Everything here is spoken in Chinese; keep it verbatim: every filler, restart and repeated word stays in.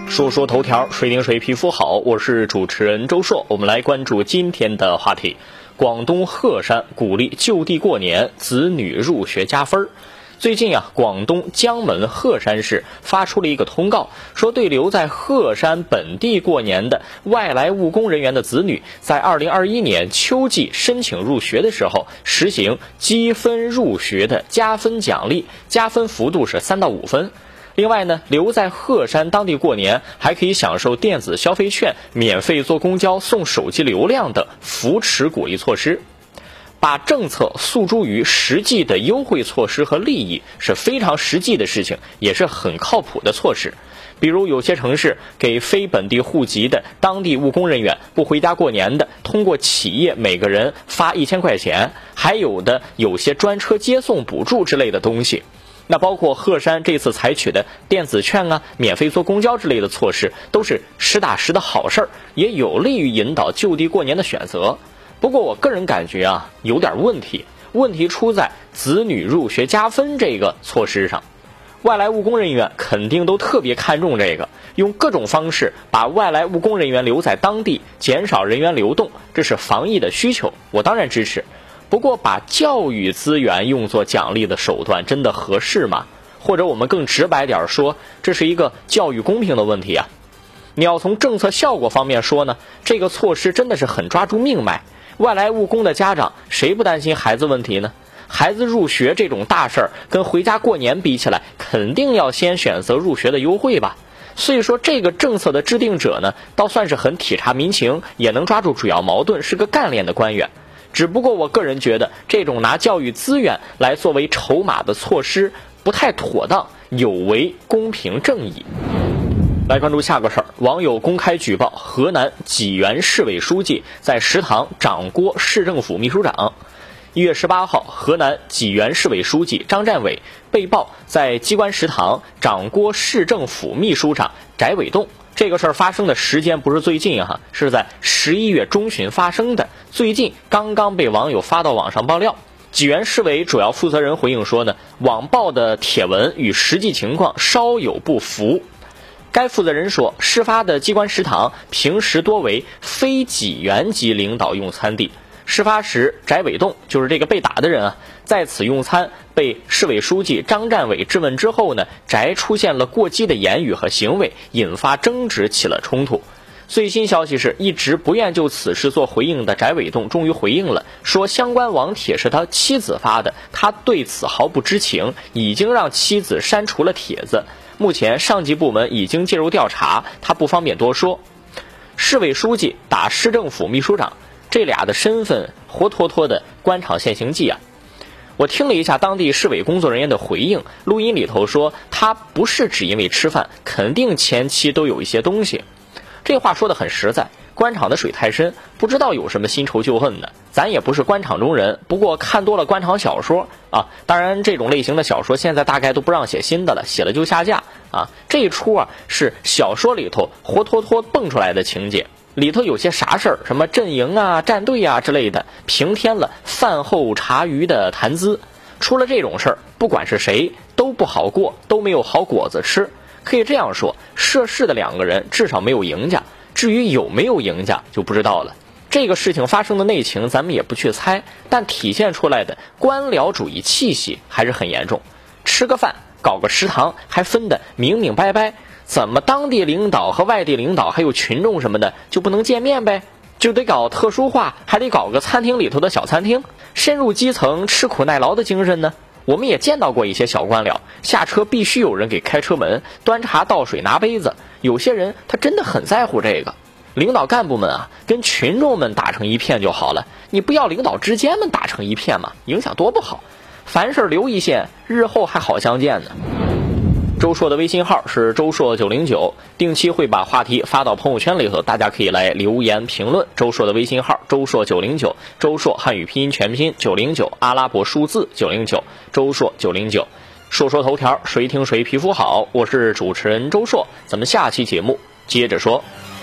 说说头条，谁顶谁皮肤好，我是主持人周硕。我们来关注今天的话题。广东鹤山鼓励就地过年，子女入学加分。最近啊，广东江门鹤山市发出了一个通告，说对留在鹤山本地过年的外来务工人员的子女，在二零二一年秋季申请入学的时候，实行积分入学的加分奖励，加分幅度是三到五分。另外呢，留在鹤山当地过年还可以享受电子消费券、免费坐公交、送手机流量等扶持鼓励措施。把政策诉诸于实际的优惠措施和利益是非常实际的事情，也是很靠谱的措施。比如有些城市给非本地户籍的当地务工人员不回家过年的，通过企业每个人发一千块钱，还有的有些专车接送补助之类的东西。那包括鹤山这次采取的电子券啊、免费坐公交之类的措施，都是实打实的好事儿，也有利于引导就地过年的选择。不过我个人感觉啊，有点问题，问题出在子女入学加分这个措施上。外来务工人员肯定都特别看重这个，用各种方式把外来务工人员留在当地，减少人员流动，这是防疫的需求，我当然支持。不过把教育资源用作奖励的手段真的合适吗？或者我们更直白点说，这是一个教育公平的问题啊。你要从政策效果方面说呢，这个措施真的是很抓住命脉。外来务工的家长谁不担心孩子问题呢？孩子入学这种大事儿跟回家过年比起来，肯定要先选择入学的优惠吧。所以说这个政策的制定者呢，倒算是很体察民情，也能抓住主要矛盾，是个干练的官员。只不过我个人觉得，这种拿教育资源来作为筹码的措施不太妥当，有违公平正义。来关注下个事儿，网友公开举报河南济源市委书记在食堂掌掴市政府秘书长。一月十八号，河南济源市委书记张占伟被曝在机关食堂掌掴市政府秘书长翟伟栋。这个事儿发生的时间不是最近哈，是在十一月中旬发生的，最近刚刚被网友发到网上爆料。济源市委主要负责人回应说呢，网曝的帖文与实际情况稍有不符。该负责人说，事发的机关食堂平时多为非济源级领导用餐地。事发时，翟伟栋就是这个被打的人啊，在此用餐，被市委书记张占伟质问之后呢，翟出现了过激的言语和行为，引发争执，起了冲突。最新消息是，一直不愿就此事做回应的翟伟栋终于回应了，说相关网帖是他妻子发的，他对此毫不知情，已经让妻子删除了帖子。目前上级部门已经介入调查，他不方便多说。市委书记打市政府秘书长，这俩的身份活脱脱的官场现形记啊！我听了一下当地市委工作人员的回应，录音里头说他不是只因为吃饭，肯定前期都有一些东西。这话说得很实在，官场的水太深，不知道有什么新仇旧恨的。咱也不是官场中人，不过看多了官场小说啊，当然这种类型的小说现在大概都不让写新的了，写了就下架啊。这一出啊是小说里头活脱脱蹦出来的情节，里头有些啥事儿，什么阵营啊、战队啊之类的，平添了饭后茶余的谈资。出了这种事儿，不管是谁都不好过，都没有好果子吃。可以这样说，涉事的两个人至少没有赢家，至于有没有赢家就不知道了。这个事情发生的内情咱们也不去猜，但体现出来的官僚主义气息还是很严重。吃个饭搞个食堂还分得明明白白，怎么当地领导和外地领导还有群众什么的就不能见面呗？就得搞特殊化，还得搞个餐厅里头的小餐厅，深入基层吃苦耐劳的精神呢？我们也见到过一些小官僚，下车必须有人给开车门，端茶倒水拿杯子，有些人他真的很在乎这个。领导干部们啊，跟群众们打成一片就好了，你不要领导之间们打成一片嘛，影响多不好。凡事留一线，日后还好相见呢。周硕的微信号是周硕九零九，定期会把话题发到朋友圈里头，大家可以来留言评论。周硕的微信号周硕九零九，周硕汉语拼音全拼九零九，阿拉伯数字九零九，周硕九零九。说说头条，谁听谁皮肤好，我是主持人周硕，咱们下期节目接着说。